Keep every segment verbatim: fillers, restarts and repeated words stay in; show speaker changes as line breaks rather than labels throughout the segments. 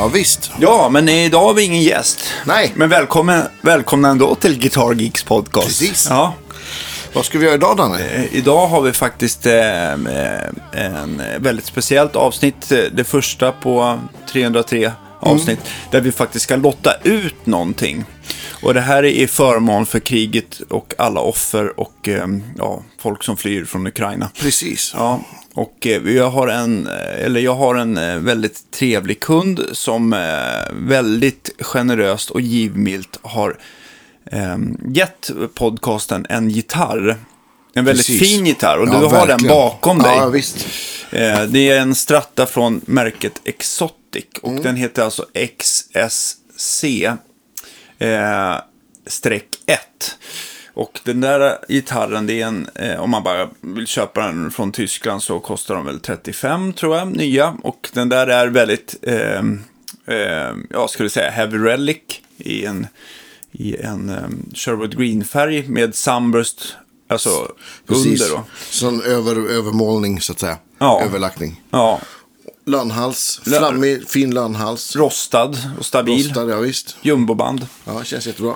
Ja, visst.
Ja, men idag har vi ingen gäst.
Nej.
Men välkommen, välkomna ändå till Guitar Geeks podcast.
Precis.
Ja.
Vad ska vi göra idag, Danne?
Eh, idag har vi faktiskt eh, en väldigt speciellt avsnitt. Det första på trehundratre avsnitt. Mm. Där vi faktiskt ska lotta ut någonting. Och det här är i förmån för kriget och alla offer och eh, ja, folk som flyr från Ukraina.
Precis.
Ja. Och jag har en, eller jag har en väldigt trevlig kund som väldigt generöst och givmilt har eh, gett podcasten en gitarr. En väldigt
Precis.
fin gitarr och
ja,
du har
verkligen.
den bakom dig.
Ja, visst.
Eh, det är en Strata från märket Exotic och
Mm.
den heter alltså X S C eh, streck ett. Och den där gitarren, det är en, eh, om man bara vill köpa den från Tyskland så kostar de väl trettiofem tror jag, nya. Och den där är väldigt, eh, eh, jag skulle säga heavy relic i en, i en um, Sherwood Green-färg med sunburst, alltså
Precis.
under då.
Sån över, övermålning så att säga,
Ja.
överlackning.
Ja,
Lannhals, flammig, fin lannhals.
rostad och stabil.
Rostad, ja visst.
Jumboband.
Ja, känns jättebra.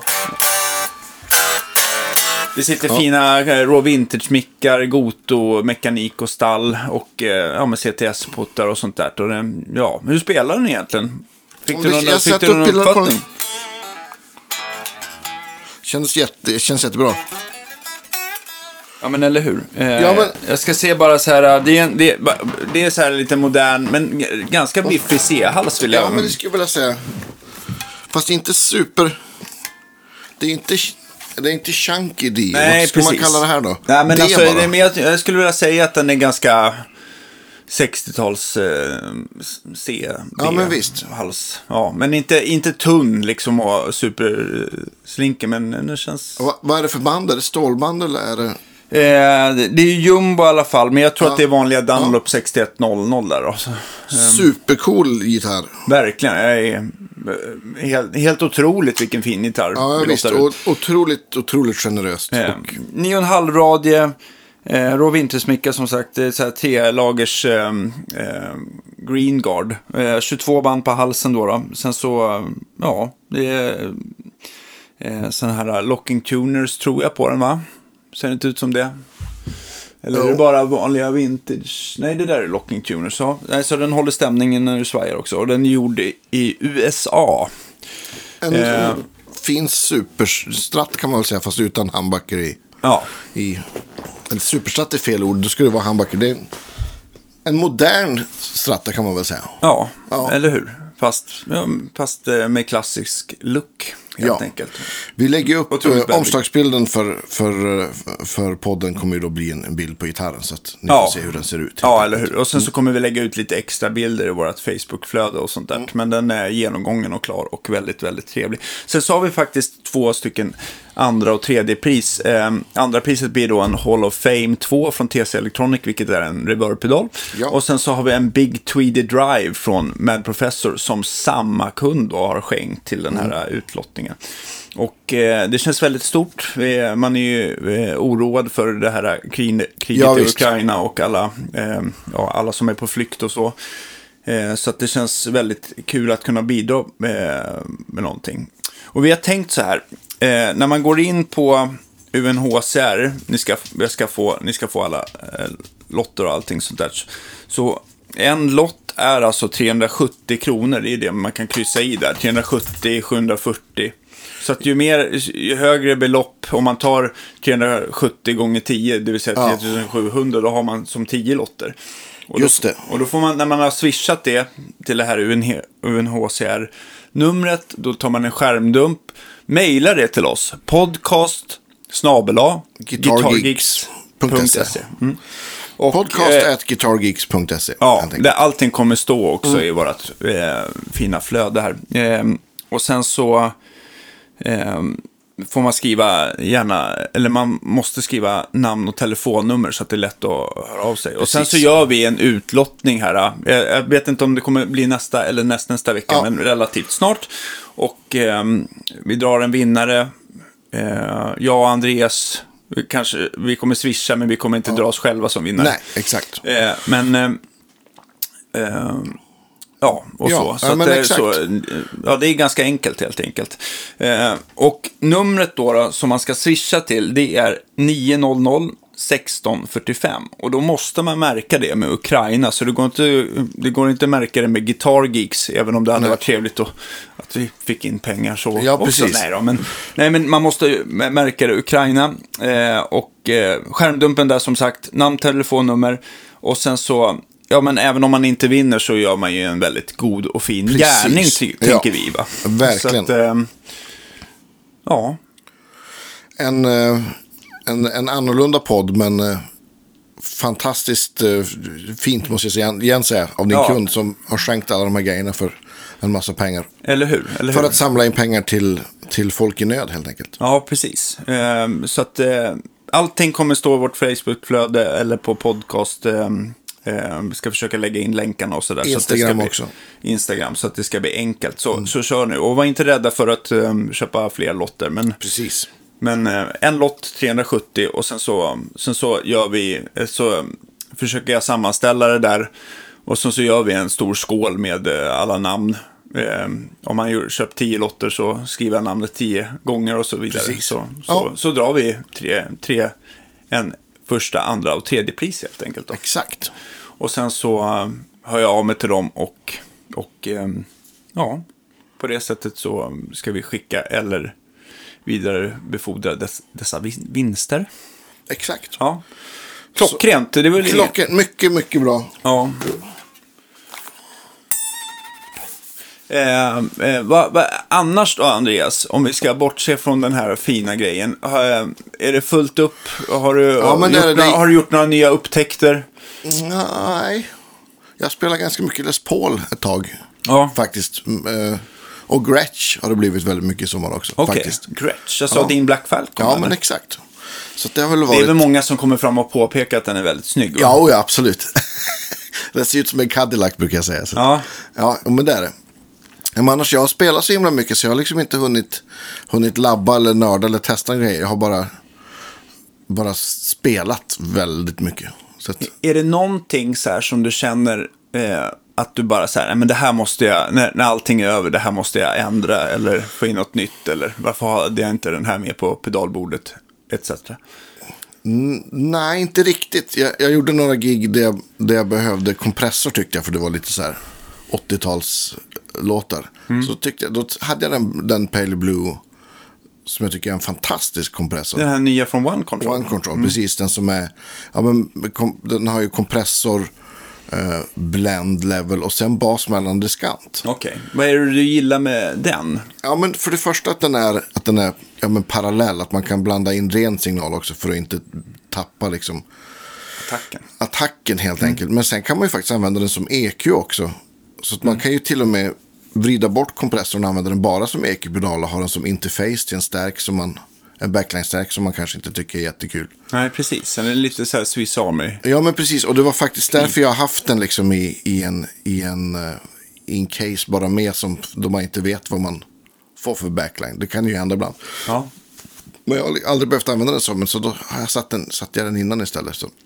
Det sitter
Ja.
fina eh, raw vintage-mickar, Goto, mekanik och stall och eh, ja, med C T S-puttar och sånt där. Och den, ja, hur spelar den egentligen? Fick
Om
du
det-
någon,
jag
fick
satte
du
upp
någon
bilder på
uppfattning?
den. Känns, jätte, känns jättebra.
Ja, men eller hur? Eh,
Ja, men-
Jag ska se bara så här, det är, en, det, är, det är så här lite modern, men ganska biffig C-hals vill jag.
Ja, men det skulle jag vilja säga. Fast inte super. Det är inte, det är inte chunky D.
Nej,
Vad ska
precis.
man kalla det här då?
Nej, men
det
alltså,
bara.
det är mer, jag skulle vilja säga att den är ganska sextio-tals eh, C.
Ja, men visst.
Hals. Ja, men inte, inte tunn liksom och superslinker, men det känns...
Va, vad är det för band? Är det stålband eller är det...
Eh, det det är ju Jumbo i alla fall, men jag tror
Ja.
att det är vanliga Dunlop sextioett noll noll där. Alltså.
Supercool gitarr.
Verkligen, jag är eh, helt, helt otroligt vilken fin gitarr.
Ja,
vi
visst.
låter ut.
Och, otroligt, otroligt generöst.
Eh,
Och,
nio komma fem radie, eh, raw vintersmicka som sagt, det är så här tre-lagers eh, eh, green guard. Eh, tjugotvå band på halsen då, då. Sen så, eh, ja, det är eh, sådana här locking tuners tror jag på den, va? Ser det inte ut som det? Eller är det bara vanliga vintage? Nej, det där är locking tuners. Så, nej, så den håller stämningen när du svajar också. Och den är gjord i, i U S A.
en
eh.
fin superstratt kan man väl säga, fast utan handbacker i.
Ja.
i eller superstratt är fel ord, då skulle det vara handbacker. Det är en modern stratta kan man väl säga.
Ja,
Ja.
eller hur? Fast, ja, fast eh, med klassisk look, helt
Ja.
enkelt.
Vi lägger upp
Otroligt
eh, omslagsbilden för, för, för podden kommer ju då bli en, en bild på gitarren så att ni
Ja.
får se hur den ser ut.
Ja, eller hur? Och sen så kommer vi lägga ut lite extra bilder i vårt Facebook-flöde och sånt där.
Mm.
Men den är genomgången och klar och väldigt, väldigt trevlig. Sen så har vi faktiskt två stycken andra och tredje pris. Eh, andra priset blir då en Hall of Fame två från T C Electronic, vilket är en reverb-pedal.
Ja.
Och sen så har vi en Big Tweedy Drive från Mad Professor som samma kund då har skänkt till den här mm. utlottningen. Och eh, det känns väldigt stort. Vi, man är ju eh, oroad för det här kriget
Ja,
i
visst.
Ukraina och alla, eh, ja, alla som är på flykt och så. Eh, så att det känns väldigt kul att kunna bidra med, med någonting. Och vi har tänkt så här. Eh, när man går in på U N H C R, ni ska, jag ska få, ni ska få alla eh, lotter och allting sånt där. Så en lott är alltså trehundrasjuttio kronor. Det är det man kan kryssa i där. trehundrasjuttio, sjuhundrafyrtio. Så att ju, mer, ju högre belopp, om man tar trehundrasjuttio gånger tio, det vill säga
Ja.
tre tusen sjuhundra, då har man som tio lotter. Och
Just
då,
det.
Och då får man, när man har swishat det till det här U N H C R-numret, då tar man en skärmdump, mejlar det till oss, podcast snabel-a
guitargeeks punkt se.
Mm. Och,
Podcast
eh,
at guitargeeks punkt se.
Ja, där allting kommer stå också mm. i vårt eh, fina flöde här. Eh, och sen så eh, får man skriva gärna, eller man måste skriva namn och telefonnummer så att det är lätt att höra av sig. Precis. Och sen så gör vi en utlottning här. Jag, jag vet inte om det kommer bli nästa eller näst, nästa vecka, ja. Men relativt snart. Och eh, vi drar en vinnare. Eh, jag och Andreas, kanske, vi kommer swisha, men vi kommer inte ja. dra oss själva som vinnare.
Nej, exakt.
Eh, men eh, eh, Ja, och
Ja,
så. Så,
ja,
att
men
det är
exakt.
så. Ja, det är ganska enkelt helt enkelt. Eh, och numret då, då som man ska swisha till, det är nio noll noll sexton fyrtiofem. Och då måste man märka det med Ukraina. Så det går inte, det går inte att märka det med Guitar Geeks, även om det hade
Nej.
varit trevligt då, att vi fick in pengar så
Ja,
också.
precis.
Nej, då, men, nej, men man måste ju märka det Ukraina. Eh, och eh, skärmdumpen där som sagt, namn, telefonnummer. Och sen så... Ja, men även om man inte vinner så gör man ju en väldigt god och fin
Precis.
gärning, ty-
Ja,
tänker vi, va?
verkligen.
Så att, eh, ja.
En, eh, en, en annorlunda podd, men eh, fantastiskt eh, fint måste jag säga, igen säga, av din
Ja.
kund som har skänkt alla de här grejerna för en massa pengar.
Eller hur? Eller
För
hur?
att samla in pengar till, till folk i nöd helt enkelt.
Ja, precis. Eh, så att eh, allting kommer stå i vårt Facebook-flöde eller på podcast. Eh, eh, vi ska försöka lägga in länkarna och sådär. Så att det
Instagram
ska bli,
också.
Instagram, så att det ska bli enkelt. Så, mm. så kör nu. Och var inte rädda för att eh, köpa fler lotter. Men...
Precis.
Men eh, en lott trehundrasjuttio och sen så, sen så gör vi, eh, så försöker jag sammanställa det där och sen så gör vi en stor skål med eh, alla namn. Eh, om man gör, köpt tio lotter så skriver jag namnet tio gånger och så vidare.
Precis.
Så, så,
Ja.
så drar vi tre, tre, en första, andra och tredje pris helt enkelt då.
Exakt.
Och sen så eh, hör jag av mig till dem och, och eh, ja, på det sättet så ska vi skicka eller vidare befordra dess, dessa vin- vinster.
Exakt.
Ja. Klockrent, det är väl
Klockan, mycket, mycket bra.
Ja. Eh, eh, vad, vad, annars då, Andreas, om vi ska bortse från den här fina grejen, eh, är det fullt upp? Har du,
Ja, men
gjort,
det är det-
några, har du gjort några nya upptäckter?
Nej, jag spelar ganska mycket Les Paul ett tag.
Ja.
Faktiskt. Mm, eh, Och Gretsch har det blivit väldigt mycket i sommar också.
Okej,
Faktiskt.
Gretsch, jag sa
Ja.
din Black Falcon.
Ja,
eller?
men exakt. Så det har väl
Det
varit...
är väl många som kommer fram och påpekar att den är väldigt snygg. va?
Ja, oh ja, absolut. Det ser ut som en Cadillac brukar jag säga. Så.
Ja.
Ja, men det är det. Men annars, jag har spelat så himla mycket så jag har liksom inte hunnit, hunnit labba eller nörda eller testa grejer. Jag har bara, bara spelat väldigt mycket. Så att,
Är det någonting så här som du känner eh, att du bara så här, "Nej, men det här måste jag, när, när allting är över, det här måste jag ändra eller få in något nytt, eller varför hade jag inte den här med på pedalbordet, et cetera"
nej, inte riktigt. Jag, jag gjorde några gig där jag, där jag behövde kompressor tyckte jag, för det var lite så här åttiotalslåtar. Så tyckte jag, då hade jag den, den Pale Blue som jag tycker är en fantastisk kompressor.
Den här nya från One Control.
One Control, precis. Den som är, ja men kom, den har ju kompressor, eh, blend level och sen bas mellan diskant.
Okej, vad är det du gillar med den?
Ja, men för det första att den är, att den är ja, men parallell, att man kan blanda in ren signal också för att inte tappa liksom
Attacken.
attacken helt enkelt. Men sen kan man ju faktiskt använda den som E Q också. Så att man kan ju till och med vrida bort kompressorn och använda den bara som E Q-pedal och ha den som interface till en stärk som man, en backline-stärk som man kanske inte tycker är jättekul.
Nej, precis. Den är lite så här Swiss Army.
Ja, men precis. Och det var faktiskt därför jag har haft den liksom i, i en, i en, uh, i en case bara med som då man inte vet vad man får för backline. Det kan ju hända ibland.
Ja.
Men jag har aldrig behövt använda den så, men så då har jag satt, den, satt jag den innan istället. Så,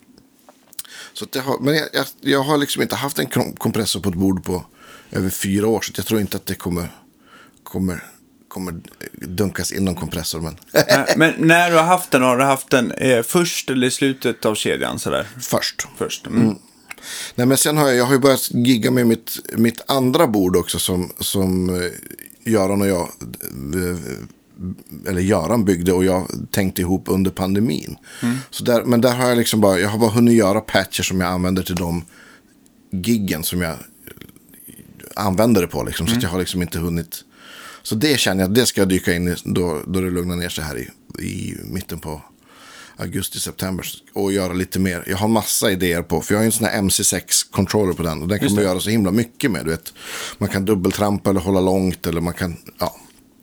så att jag har, men jag, jag, jag har liksom inte haft en kom- kompressor på ett bord på över fyra år, så jag tror inte att det kommer, kommer, kommer dunkas in någon kompressor. Men
Nej, men när du har haft den, har du haft den eh, först eller i slutet av kedjan sådär?
först.
Först. Mm.
Mm. Nej, men sen har jag, jag har ju börjat gigga med mitt, mitt andra bord också som, som eh, Göran och jag, eh, eller Göran byggde och jag tänkte ihop under pandemin. Mm. Så där, men där har jag liksom bara, jag har bara hunnit göra patcher som jag använder till de giggen som jag använder det på liksom, mm. så att jag har liksom inte hunnit. Så det känner jag, det ska jag dyka in i då, då det lugnar ner sig här i, i mitten på augusti-september och göra lite mer. Jag har massa idéer på, för jag har ju en sån här M C sex-controller på den och den kan man göra så himla mycket med, du vet. Man kan dubbeltrampa eller hålla långt eller man kan, ja.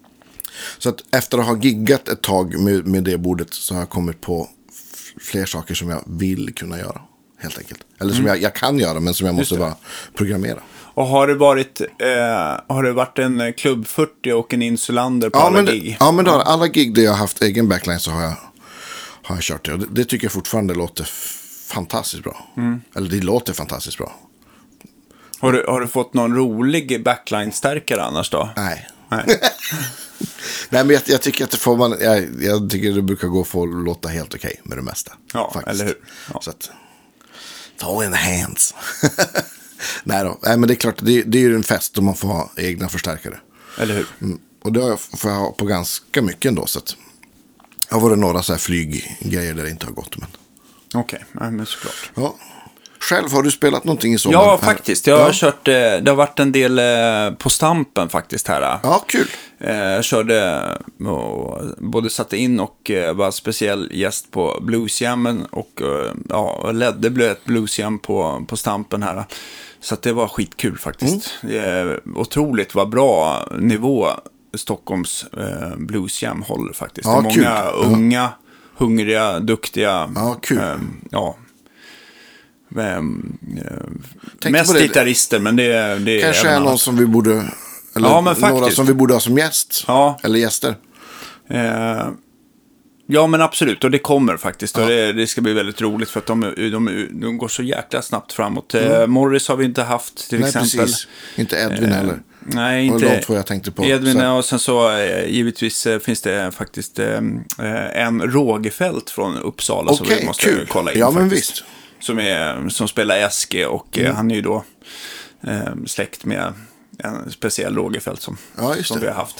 Så att efter att ha giggat ett tag med, med det bordet så har jag kommit på f- fler saker som jag vill kunna göra, helt enkelt. Eller som mm. jag, jag kan göra, men som jag måste bara programmera.
Och har det varit, eh, har det varit en Club fyrtio och en Insulander på
ja,
alla
men,
gig?
Ja, men då har alla gig där jag har haft egen backline så har jag, har jag kört det. Och det. Det tycker jag fortfarande låter f- fantastiskt bra. Mm. Eller det låter fantastiskt bra.
Har du, har du fått någon rolig backline-stärkare annars då?
Nej.
Nej.
Nej, men jag, jag tycker att det får man, jag, jag tycker det brukar gå för att låta helt okej med det mesta.
Ja,
faktiskt.
eller hur? Ja.
Så att, ta in the hands. Nej då, nej, men det är klart, det, det är ju en fest om man får ha egna förstärkare.
Eller hur?
Mm. Och det får jag ha på ganska mycket ändå, så att det har varit några så här flyggrejer där det inte har gått. Men...
Okej, okay. Men såklart.
Ja. Själv, har du spelat någonting i sommar?
Ja, faktiskt. Jag har
ja.
kört, det har varit en del på Stampen faktiskt här.
Ja, kul.
Jag körde och både satte in och var speciell gäst på Bluesjammen och ja, ledde blev ett Bluesjam på, på Stampen här. Så att det var skitkul faktiskt. Mm. Det är otroligt vad bra nivå Stockholms eh, Bluesjam håller faktiskt.
Ja,
det är
kul.
många unga, ja. hungriga, duktiga.
Ja, kul.
Eh, ja. Mest gitarrister, men det, det
kanske är, är någon
annat.
som vi borde, eller
ja, men
några som vi borde ha som gäst,
ja.
eller gäster.
Eh, ja, men absolut, och det kommer faktiskt, ja. och det, det ska bli väldigt roligt för att de, de, de går så jäkla snabbt framåt. Mm. Eh, Morris har vi inte haft till
nej,
exempel.
Precis. Inte Edvin
eh,
heller.
Nej, inte
och de två jag tänkte på.
Edvin,
så.
Och sen så eh, givetvis eh, finns det faktiskt eh, en Rågefält från Uppsala
okay,
som vi måste
kul.
kolla in.
Ja, men
faktiskt.
visst.
Som, är, som spelar S G och mm. eh, han är ju då eh, släkt med en speciell Rågefält som,
ja,
som vi har haft.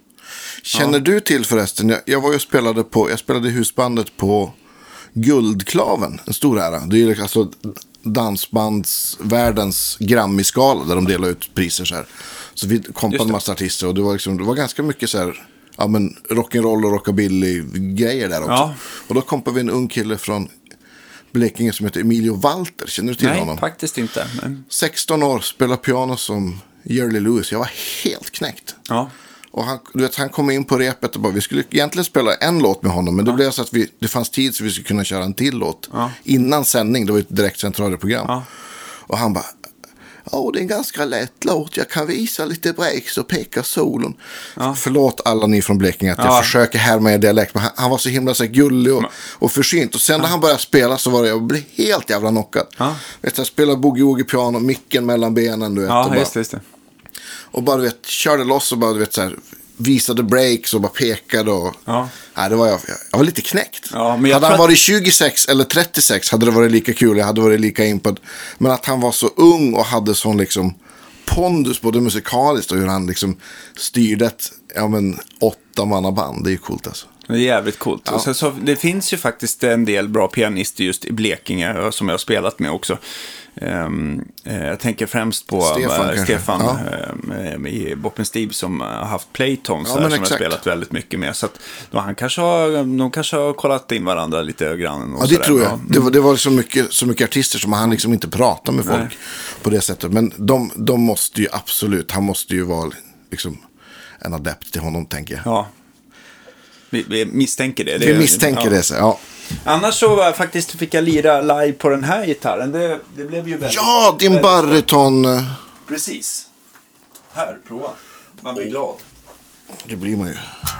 Känner
ja.
du till förresten, jag, jag var ju och spelade på, jag spelade i husbandet på Guldklaven, en stor ära. Det är ju alltså dansbandsvärldens Grammy-skala där de delar ut priser så här. Så vi kom på en massa artister och det var, liksom, det var ganska mycket så här, ja men rock'n'roll och rockabilly-grejer där också. Ja. Och då kom på vi en ung kille från Blekinge som heter Emilio Walter. Känner du till
Nej,
honom?
Nej, faktiskt inte. Men...
sexton år, spelar piano som Jerry Lewis. Jag var helt knäckt.
Ja.
Och han, du vet, han kom in på repet och bara, vi skulle egentligen spela en låt med honom. Men det ja. blev så att vi, det fanns tid så vi skulle kunna köra en till låt. Ja. Innan sändning, det var ett direkt centralprogram. Ja. Och han bara, ja det är en ganska lätt låt. Jag kan visa lite breaks och peka solen. Ja. Förlåt alla ni från Blekinge att ja. jag försöker härma er dialekt. Men han, han var så himla så gullig och, och försynt. Och sen ja. när han började spela så var det, jag blev helt jävla knockad. Ja. Vet, jag spelade boogie-woogie piano, micken mellan benen. Du vet,
ja,
och bara,
just det, just det.
Och bara, du vet, körde loss och bara, du vet, så här, visade breaks och bara pekade och...
Ja.
Nej, det var jag, jag var lite knäckt.
Ja, men jag
hade han
att...
varit tjugosex eller trettiosex hade det varit lika kul. Jag hade varit lika impad. Men att han var så ung och hade sån liksom pondus både musikaliskt och hur han liksom styrde ett ja, men, åtta mannaband. Det är ju coolt alltså.
Det är jävligt coolt.
Ja.
Och sen så, det finns ju faktiskt en del bra pianister just i Blekinge som jag har spelat med också. Um, uh, jag tänker främst på
Stefan,
uh, Stefan
ja.
uh, i Boppen Steve som har haft Playtones
ja,
här, som
exakt.
jag har spelat väldigt mycket med. Så att, då han kanske har, de kanske har kollat in varandra lite grann. Och
ja, det
sådär.
tror jag.
Mm.
Det var, det var så, mycket, så mycket artister som han liksom inte pratade med folk Nej. på det sättet. Men de, de måste ju absolut, han måste ju vara liksom en adept till honom, tänker jag.
Ja. Vi, vi misstänker det. det
vi misstänker
ja.
det, så ja.
Annars så var, faktiskt fick jag lira live på den här gitarren. Det, det blev ju väldigt...
Ja, din väldigt bariton.
Precis. Här, prova. Man blir glad.
Det blir man ju.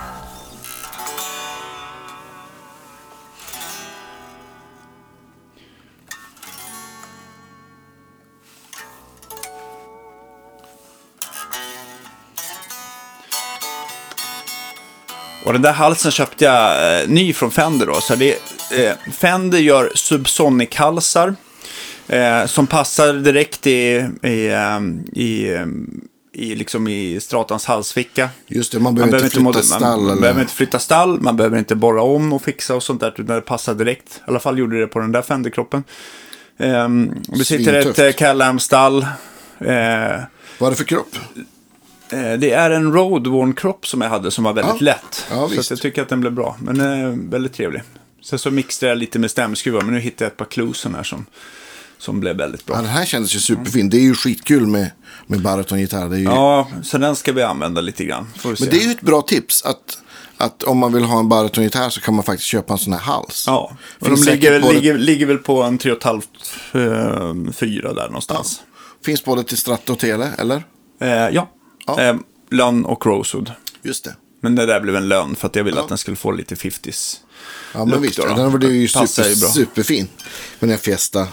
Och den där halsen köpte jag eh, ny från Fender då. Så det, eh, Fender gör Subsonic-halsar eh, som passar direkt i, i, i, i, liksom i Stratans halsficka.
Just det, man behöver, man inte, behöver inte flytta stall.
Man,
eller?
behöver inte flytta stall, man behöver inte borra om och fixa och sånt där. Utan det passar direkt. I alla fall gjorde det på den där Fender-kroppen. Eh, det sitter ett eh, Cal-Am-stall. Eh,
Vad är det för kropp?
Det är en Roadworn-kropp som jag hade som var väldigt
ja.
lätt.
Ja,
så att jag tycker att den blev bra. Men eh, väldigt trevlig. Sen så mixade jag lite med stämskruvar. Men nu hittade jag ett par Cluesen här som, som blev väldigt bra.
Ja, den här kändes ju superfin. Mm. Det är ju skitkul med, med baritongitarr. Ju...
Ja, så den ska vi använda lite grann.
Men det är ju ett bra tips att... Att om man vill ha en baritongitarr så kan man faktiskt köpa en sån här hals.
Ja, för de ligger, både... ligger, ligger väl på en tre och ett halvt, fyra där någonstans.
Ja. Finns både till Strat och Tele, eller?
Eh, ja, ja. Eh, lön och Rosewood.
Just det.
Men det där blev en lön för att jag ville ja. att den skulle få lite femtio.
Ja, men visst. Då, då. Den var det ju super, ju superfin. Men en Fiesta.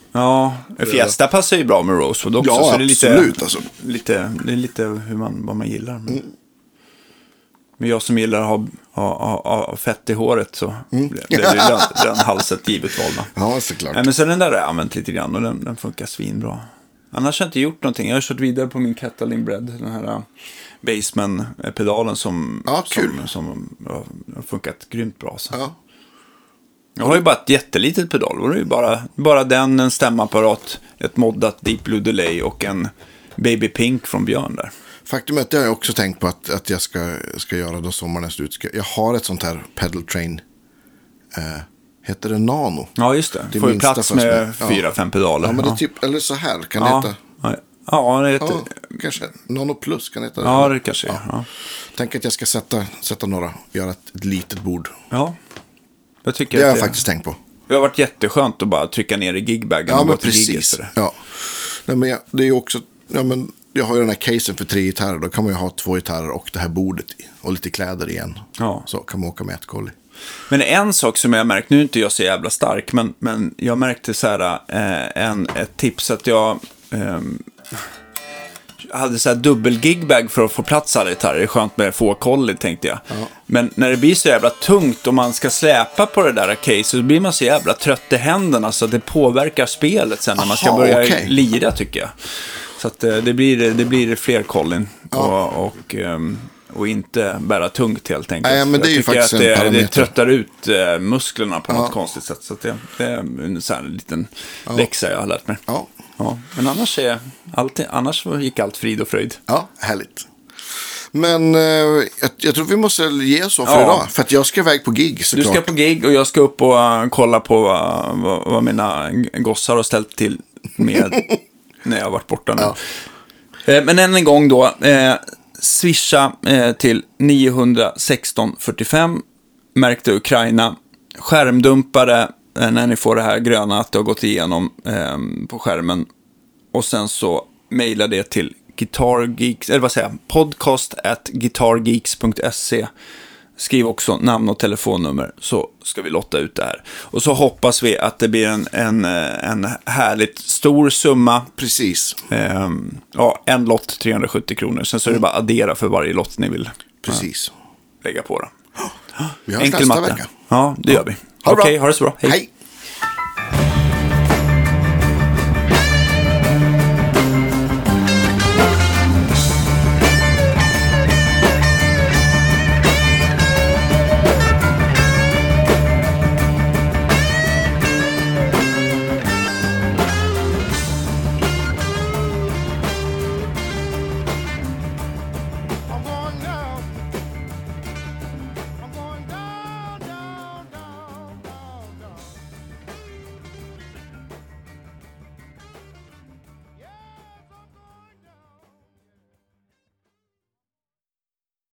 Ja, Fiesta passar ju bra med Rosewood också.
Ja,
så det är lite,
absolut. Alltså.
lite, det är lite hur man, vad man gillar. Men, mm. men jag som gillar att ha, ha, ha, ha fett i håret så mm. blev det redan, redan halset givet valda.
Ja, såklart.
Nej, men sen den där har jag använt lite grann och den, den funkar svinbra. Annars har jag inte gjort någonting. Jag har kört vidare på min Catalin Bread, den här uh, Baseman-pedalen som,
ja, kul.
som, som uh, har funkat grymt bra. Så.
Ja.
Jag har ju bara ett jättelitet pedal. Och det är ju bara, bara den, en stämapparat, ett moddat Deep Blue Delay och en Baby Pink från Björn där.
Faktum är att jag har också tänkt på att, att jag ska, ska göra då sommaren är slut. Jag har ett sånt här pedal train. Eh, heter det Nano?
Ja, just det. Det får ju plats med, med ja. fyra, fem pedaler.
Ja, men det är
ja.
typ, eller så här kan
ja.
det heta.
Ja, ja det heter...
Ja, kanske. Nano Plus kan det heta.
Ja, det kanske är. Ja. Ja.
Tänk att jag ska sätta, sätta några, göra ett, ett litet bord.
Ja. Jag tycker
det har jag
det...
faktiskt tänkt på.
Det har varit jätteskönt att bara trycka ner i gigbagen
ja,
och
gå
till
precis.
gigget.
Ja, nej, men jag, det är ju också, ja, men jag har ju den här casen för tre gitarrer. Då kan man ju ha två gitarrer och det här bordet i. Och lite kläder igen.
Ja.
Så kan man åka med ett kolli.
Men en sak som jag märkt, nu är inte jag så jävla stark, men, men jag märkte så här, eh, en, ett tips att jag eh, hade så här dubbel gigbag för att få plats alla gitarrer. Det är skönt med få kolli, tänkte jag. Ja. Men när det blir så jävla tungt och man ska släpa på det där case så blir man så jävla trött i händerna så att det påverkar spelet sen när man ska Aha, börja okay. lira, tycker jag. Så att eh, det blir, det blir fler kollin ja. och... och um, och inte bära tungt helt enkelt.
Nej, men det är
jag
ju
tycker att det,
det
tröttar ut eh, musklerna på
ja.
något konstigt sätt. Så att det, det är en sån här liten ja. läxa jag har lärt mig.
Ja.
Ja. Men annars, är allt, annars gick allt frid och fröjd.
Ja, härligt. Men eh, jag, jag tror vi måste ge så för
ja.
idag. För att jag ska iväg på gig, såklart.
Du ska på gig och jag ska upp och uh, kolla på uh, vad, vad mina gossar har ställt till med när jag har varit borta nu. Ja. Eh, men än en gång då... Eh, Swisha eh, till nio ett sex fyra fem, märkte Ukraina, skärmdumpare eh, när ni får det här gröna att det har gått igenom eh, på skärmen, och sen så mejla det till Guitar Geeks, eller vad säger jag, podcast at guitargeeks punkt se. Skriv också namn och telefonnummer så ska vi lotta ut det här. Och så hoppas vi att det blir en, en, en härligt stor summa.
Precis.
Ehm, ja, en lott trehundrasjuttio kronor. Sen så är det bara addera för varje lott ni vill.
Precis.
Lägga på det.
Vi hörs
Enkel
nästa
matte.
vecka.
Ja, det
ja.
gör vi. Okej, okay, ha det så bra.
Hej. Hej.